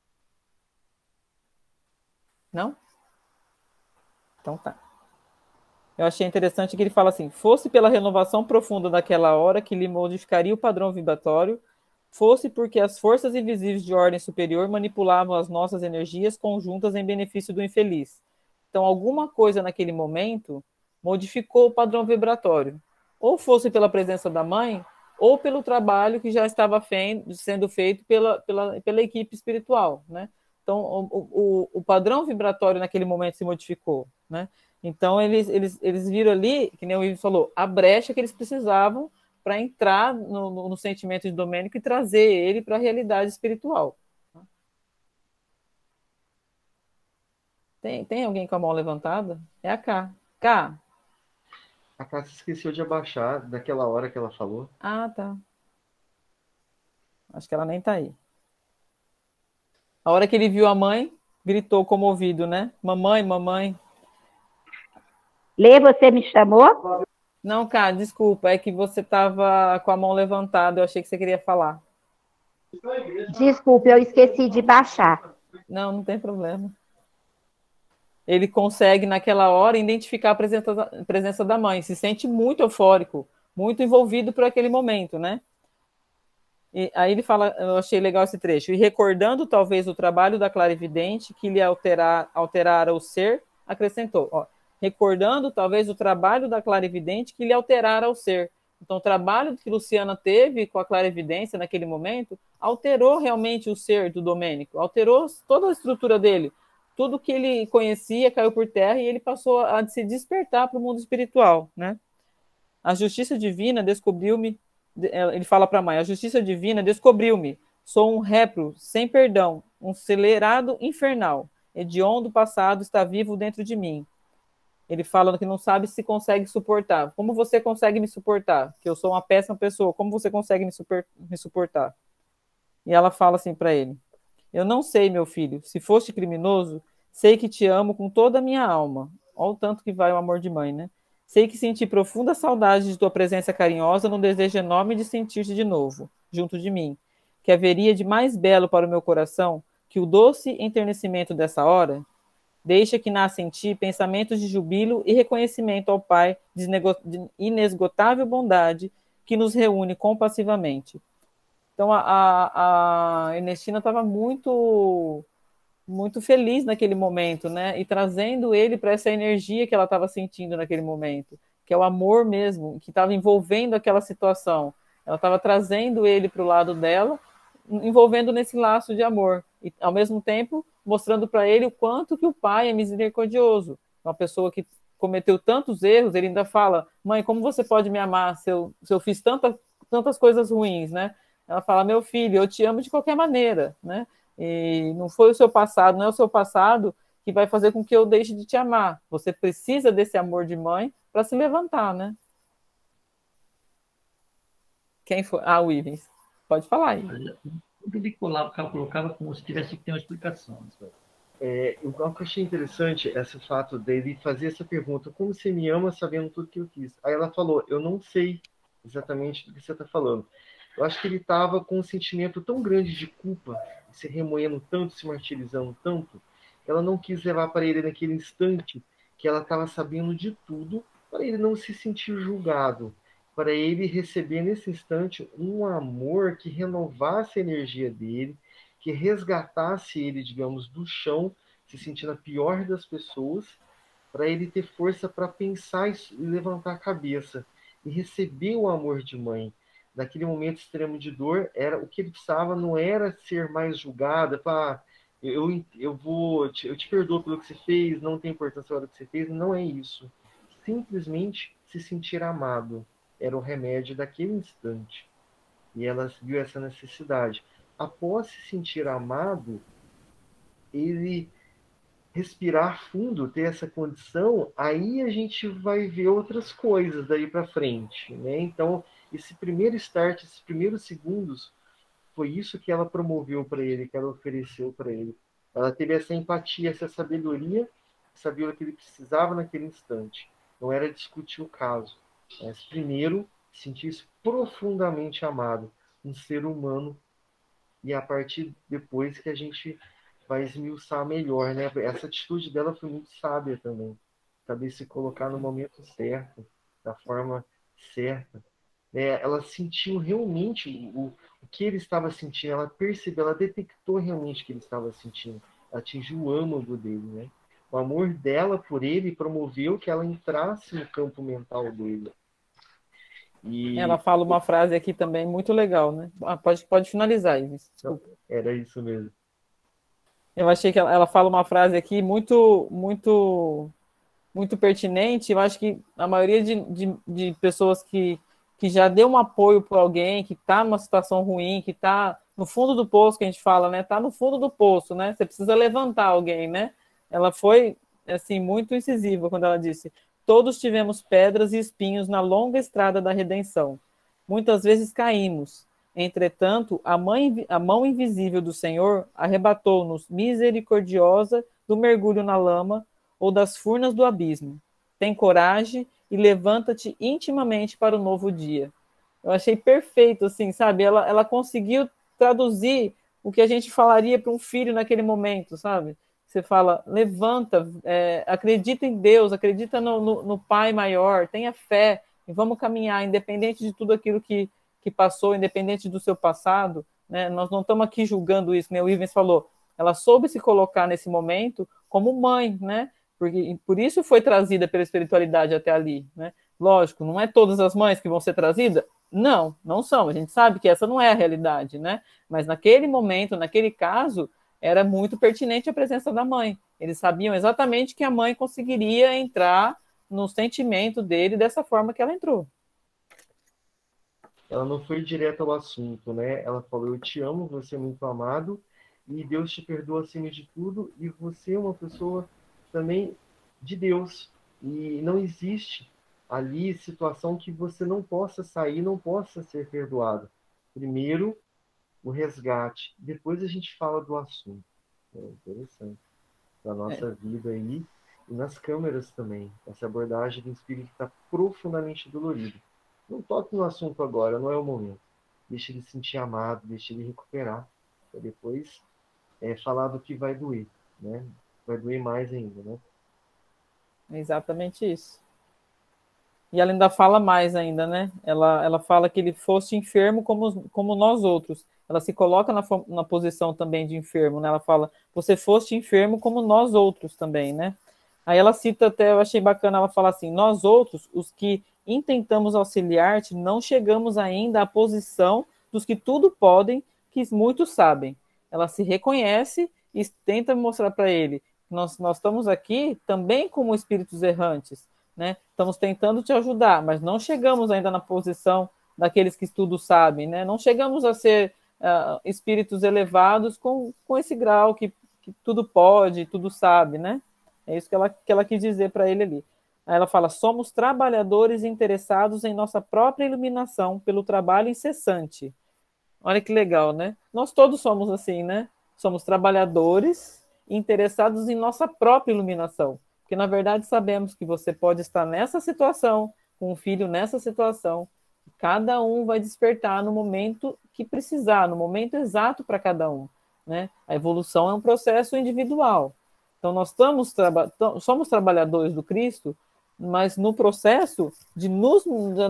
Não? Então tá. Eu achei interessante que ele fala assim, fosse pela renovação profunda daquela hora que lhe modificaria o padrão vibratório, fosse porque as forças invisíveis de ordem superior manipulavam as nossas energias conjuntas em benefício do infeliz. Então, alguma coisa naquele momento modificou o padrão vibratório. Ou fosse pela presença da mãe, ou pelo trabalho que já estava sendo feito pela equipe espiritual, né? Então, o padrão vibratório naquele momento se modificou, né? Então, eles viram ali, que nem o Ivo falou, a brecha que eles precisavam para entrar no sentimento de Domênico e trazer ele para a realidade espiritual. Tem alguém com a mão levantada? É a Cá. Cá. A Cá se esqueceu de abaixar daquela hora que ela falou. Ah, tá. Acho que ela nem tá aí. A hora que ele viu a mãe, gritou comovido, né? Mamãe, mamãe. Lê, você me chamou? Não, Cá, desculpa, é que você estava com a mão levantada, eu achei que você queria falar. Desculpe, eu esqueci de baixar. Não tem problema. Ele consegue, naquela hora, identificar a presença da mãe, se sente muito eufórico, muito envolvido por aquele momento, né? E aí ele fala, eu achei legal esse trecho, e recordando talvez o trabalho da clarividente que lhe alterara o ser, acrescentou, recordando talvez o trabalho da clarividente que lhe alterara o ser. Então, o trabalho que Luciana teve com a clarividência naquele momento alterou realmente o ser do Domênico, alterou toda a estrutura dele. Tudo que ele conhecia caiu por terra e ele passou a se despertar para o mundo espiritual, né? A justiça divina descobriu-me, ele fala para a mãe, a justiça divina descobriu-me, sou um répro sem perdão, um celerado infernal, hediondo passado está vivo dentro de mim. Ele fala que não sabe se consegue suportar. Como você consegue me suportar? Que eu sou uma péssima pessoa, como você consegue me suportar? E ela fala assim para ele, eu não sei, meu filho, se foste criminoso, sei que te amo com toda a minha alma. Olha o tanto que vai o amor de mãe, né? Sei que senti profunda saudade de tua presença carinhosa num desejo enorme de sentir-te de novo, junto de mim. Que haveria de mais belo para o meu coração que o doce enternecimento dessa hora? Deixa que nasça em ti pensamentos de jubilo e reconhecimento ao Pai de inesgotável bondade que nos reúne compassivamente. Então, a Ernestina estava muito, muito feliz naquele momento, né? E trazendo ele para essa energia que ela estava sentindo naquele momento, que é o amor mesmo, que estava envolvendo aquela situação. Ela estava trazendo ele para o lado dela, envolvendo nesse laço de amor. E, ao mesmo tempo, mostrando para ele o quanto que o pai é misericordioso. Uma pessoa que cometeu tantos erros, ele ainda fala, mãe, como você pode me amar se eu fiz tantas coisas ruins, né? Ela fala, meu filho, eu te amo de qualquer maneira, né? E não foi o seu passado, não é o seu passado que vai fazer com que eu deixe de te amar. Você precisa desse amor de mãe para se levantar, né? Quem foi? Ah, o Ivens. Pode falar aí. Ele colocava como se tivesse que ter uma explicação. O que eu achei interessante é esse fato dele fazer essa pergunta: como você me ama sabendo tudo que eu fiz? Aí ela falou: eu não sei exatamente do que você está falando. Eu acho que ele estava com um sentimento tão grande de culpa, se remoendo tanto, se martirizando tanto, ela não quis levar para ele naquele instante que ela estava sabendo de tudo, para ele não se sentir julgado, para ele receber nesse instante um amor que renovasse a energia dele, que resgatasse ele, digamos, do chão, se sentindo a pior das pessoas, para ele ter força para pensar e levantar a cabeça e receber o amor de mãe. Naquele momento extremo de dor, era o que ele precisava, não era ser mais julgado, eu te perdoo pelo que você fez, não tem importância agora o que você fez, não é isso. Simplesmente se sentir amado era o remédio daquele instante. E ela viu essa necessidade. Após se sentir amado, ele respirar fundo, ter essa condição, aí a gente vai ver outras coisas daí para frente, né? Então, esse primeiro start, esses primeiros segundos, foi isso que ela promoveu para ele, que ela ofereceu para ele. Ela teve essa empatia, essa sabedoria, sabia o que ele precisava naquele instante. Não era discutir o caso, mas primeiro sentir-se profundamente amado, um ser humano, e a partir depois que a gente vai esmiuçar melhor, né? Essa atitude dela foi muito sábia também, saber se colocar no momento certo, da forma certa. Ela sentiu realmente o que ele estava sentindo, ela percebeu, ela detectou realmente o que ele estava sentindo, ela atingiu o âmago dele, né? O amor dela por ele promoveu que ela entrasse no campo mental dele. E ela fala uma frase aqui também muito legal, né? Pode finalizar, Ives. Era isso mesmo. Eu achei que ela fala uma frase aqui muito, muito, muito pertinente. Eu acho que a maioria de pessoas que já deu um apoio para alguém, que está numa situação ruim, que está no fundo do poço, que a gente fala, né? Está no fundo do poço, né? Você precisa levantar alguém, né? Ela foi, assim, muito incisiva quando ela disse: todos tivemos pedras e espinhos na longa estrada da redenção. Muitas vezes caímos. Entretanto, a mão invisível do Senhor arrebatou-nos misericordiosa do mergulho na lama ou das furnas do abismo. Tem coragem e levanta-te intimamente para o novo dia. Eu achei perfeito, assim, sabe? Ela conseguiu traduzir o que a gente falaria para um filho naquele momento, sabe? Você fala, levanta, acredita em Deus, acredita no Pai maior, tenha fé, e vamos caminhar, independente de tudo aquilo que passou, independente do seu passado, né? Nós não estamos aqui julgando isso, né? O Ivens falou, ela soube se colocar nesse momento como mãe, né? Por isso foi trazida pela espiritualidade até ali, né? Lógico, não é todas as mães que vão ser trazidas? Não, não são. A gente sabe que essa não é a realidade, né? Mas naquele momento, naquele caso, era muito pertinente a presença da mãe. Eles sabiam exatamente que a mãe conseguiria entrar no sentimento dele dessa forma que ela entrou. Ela não foi direto ao assunto, né? Ela falou, eu te amo, você é muito amado, e Deus te perdoa acima de tudo, e você é uma pessoa também de Deus. E não existe ali situação que você não possa sair, não possa ser perdoado. Primeiro, o resgate. Depois a gente fala do assunto. É interessante. Da nossa vida aí. E nas câmeras também. Essa abordagem do espírito que está profundamente dolorido. Não toque no assunto agora, não é o momento. Deixa ele se sentir amado, deixa ele recuperar. Para depois falar do que vai doer, né? Vai doer mais ainda, né? É exatamente isso. E ela ainda fala mais ainda, né? Ela fala que ele fosse enfermo como nós outros. Ela se coloca na posição também de enfermo, né? Ela fala, você foste enfermo como nós outros também, né? Aí ela cita até, eu achei bacana, ela fala assim, nós outros, os que intentamos auxiliar-te, não chegamos ainda à posição dos que tudo podem, que muitos sabem. Ela se reconhece e tenta mostrar para ele, nós estamos aqui também como espíritos errantes, né? Estamos tentando te ajudar, mas não chegamos ainda na posição daqueles que tudo sabem, né? Não chegamos a ser espíritos elevados com esse grau que tudo pode, tudo sabe, né? É isso que ela quis dizer para ele ali. Aí ela fala, somos trabalhadores interessados em nossa própria iluminação pelo trabalho incessante. Olha que legal, né? Nós todos somos assim, né? Somos trabalhadores interessados em nossa própria iluminação. Porque, na verdade, sabemos que você pode estar nessa situação, com um filho nessa situação. Cada um vai despertar no momento que precisar, no momento exato para cada um, né? A evolução é um processo individual. Então, nós somos trabalhadores do Cristo, mas no processo de nós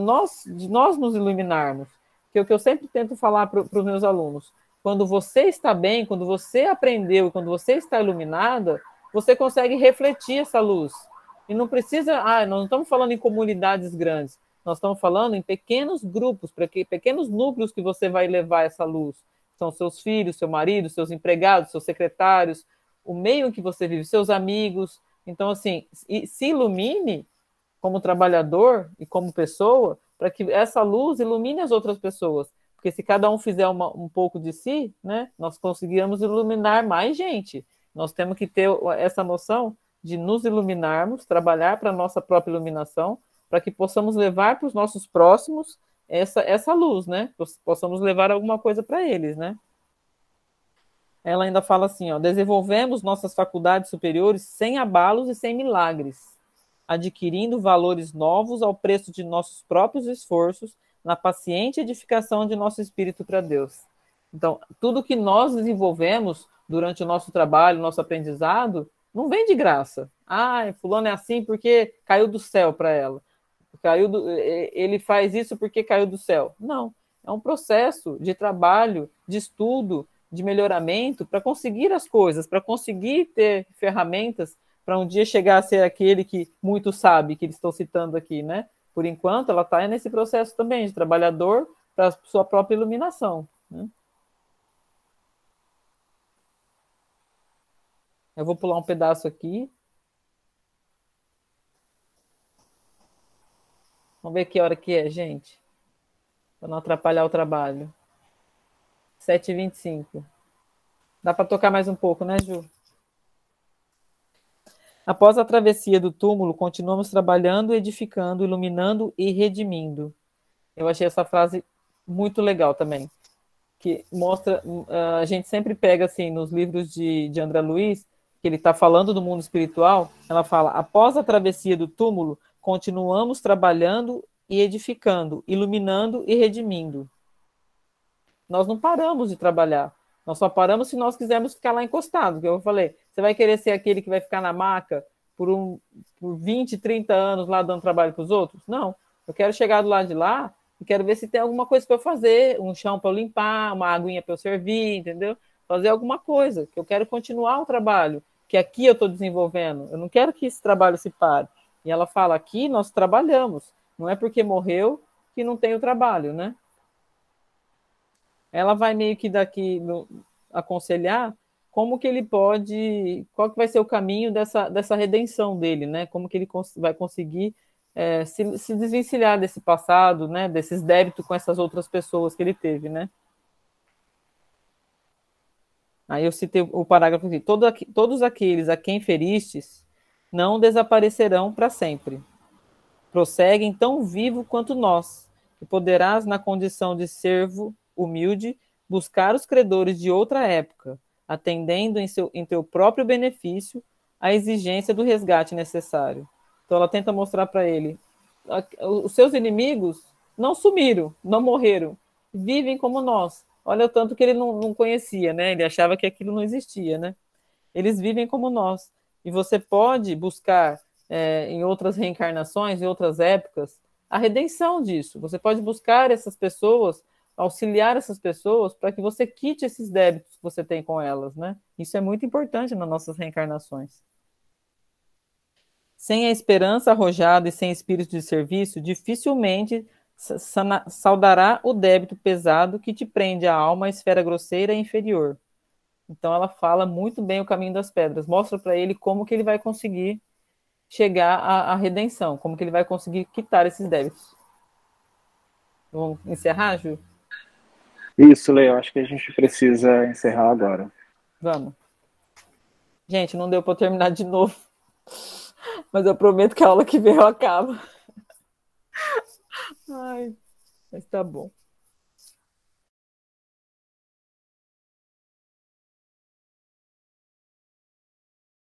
nos iluminarmos. Que é o que eu sempre tento falar para os meus alunos. Quando você está bem, quando você aprendeu, quando você está iluminada, você consegue refletir essa luz. E não precisa... nós não estamos falando em comunidades grandes. Nós estamos falando em pequenos grupos, pequenos núcleos que você vai levar essa luz. São seus filhos, seu marido, seus empregados, seus secretários, o meio em que você vive, seus amigos. Então, assim, se ilumine como trabalhador e como pessoa, para que essa luz ilumine as outras pessoas. Porque se cada um fizer um pouco de si, né, nós conseguiremos iluminar mais gente. Nós temos que ter essa noção de nos iluminarmos, trabalhar para a nossa própria iluminação, para que possamos levar para os nossos próximos essa luz, né? Possamos levar alguma coisa para eles, né? Ela ainda fala assim, ó, desenvolvemos nossas faculdades superiores sem abalos e sem milagres, adquirindo valores novos ao preço de nossos próprios esforços, na paciente edificação de nosso espírito para Deus. Então, tudo que nós desenvolvemos durante o nosso trabalho, nosso aprendizado, não vem de graça. Fulano é assim porque caiu do céu para ela. Ele faz isso porque caiu do céu. Não, é um processo de trabalho, de estudo, de melhoramento para conseguir as coisas, para conseguir ter ferramentas para um dia chegar a ser aquele que muito sabe, que eles estão citando aqui, né? Por enquanto, ela está nesse processo também de trabalhador para sua própria iluminação, né? Eu vou pular um pedaço aqui. Vamos ver que hora que é, gente. Para não atrapalhar o trabalho. 7h25. Dá para tocar mais um pouco, né, Ju? Após a travessia do túmulo, continuamos trabalhando, edificando, iluminando e redimindo. Eu achei essa frase muito legal também, que mostra, a gente sempre pega assim nos livros de André Luiz, que ele está falando do mundo espiritual, ela fala, após a travessia do túmulo, continuamos trabalhando e edificando, iluminando e redimindo. Nós não paramos de trabalhar. Nós só paramos se nós quisermos ficar lá encostado, que eu falei, você vai querer ser aquele que vai ficar na maca por 20, 30 anos lá dando trabalho para os outros? Não, eu quero chegar do lado de lá e quero ver se tem alguma coisa para eu fazer, um chão para eu limpar, uma aguinha para eu servir, entendeu? Fazer alguma coisa, que eu quero continuar o trabalho, que aqui eu estou desenvolvendo, eu não quero que esse trabalho se pare. E ela fala, aqui nós trabalhamos, não é porque morreu que não tem o trabalho, né? Ela vai meio que daqui aconselhar como que ele pode, qual que vai ser o caminho dessa redenção dele, né? Como que ele vai conseguir se desvencilhar desse passado, né? Desses débitos com essas outras pessoas que ele teve, né? Aí eu citei o parágrafo aqui, todos aqueles a quem feristes não desaparecerão para sempre. Prosseguem tão vivo quanto nós, que poderás, na condição de servo humilde, buscar os credores de outra época, atendendo em teu próprio benefício a exigência do resgate necessário. Então ela tenta mostrar para ele, os seus inimigos não sumiram, não morreram, vivem como nós. Olha o tanto que ele não conhecia, né? Ele achava que aquilo não existia, né? Eles vivem como nós. E você pode buscar em outras reencarnações, em outras épocas, a redenção disso. Você pode buscar essas pessoas, auxiliar essas pessoas para que você quite esses débitos que você tem com elas, né? Isso é muito importante nas nossas reencarnações. Sem a esperança arrojada e sem espírito de serviço, dificilmente saudará o débito pesado que te prende a alma à esfera grosseira e inferior. Então ela fala muito bem o caminho das pedras, mostra para ele como que ele vai conseguir chegar à redenção, como que ele vai conseguir quitar esses débitos. Vamos encerrar, Ju? Isso, Leo, acho que a gente precisa encerrar agora. Vamos. Gente, não deu para terminar de novo. Mas eu prometo que a aula que vem eu acabo. Ai, mas tá bom.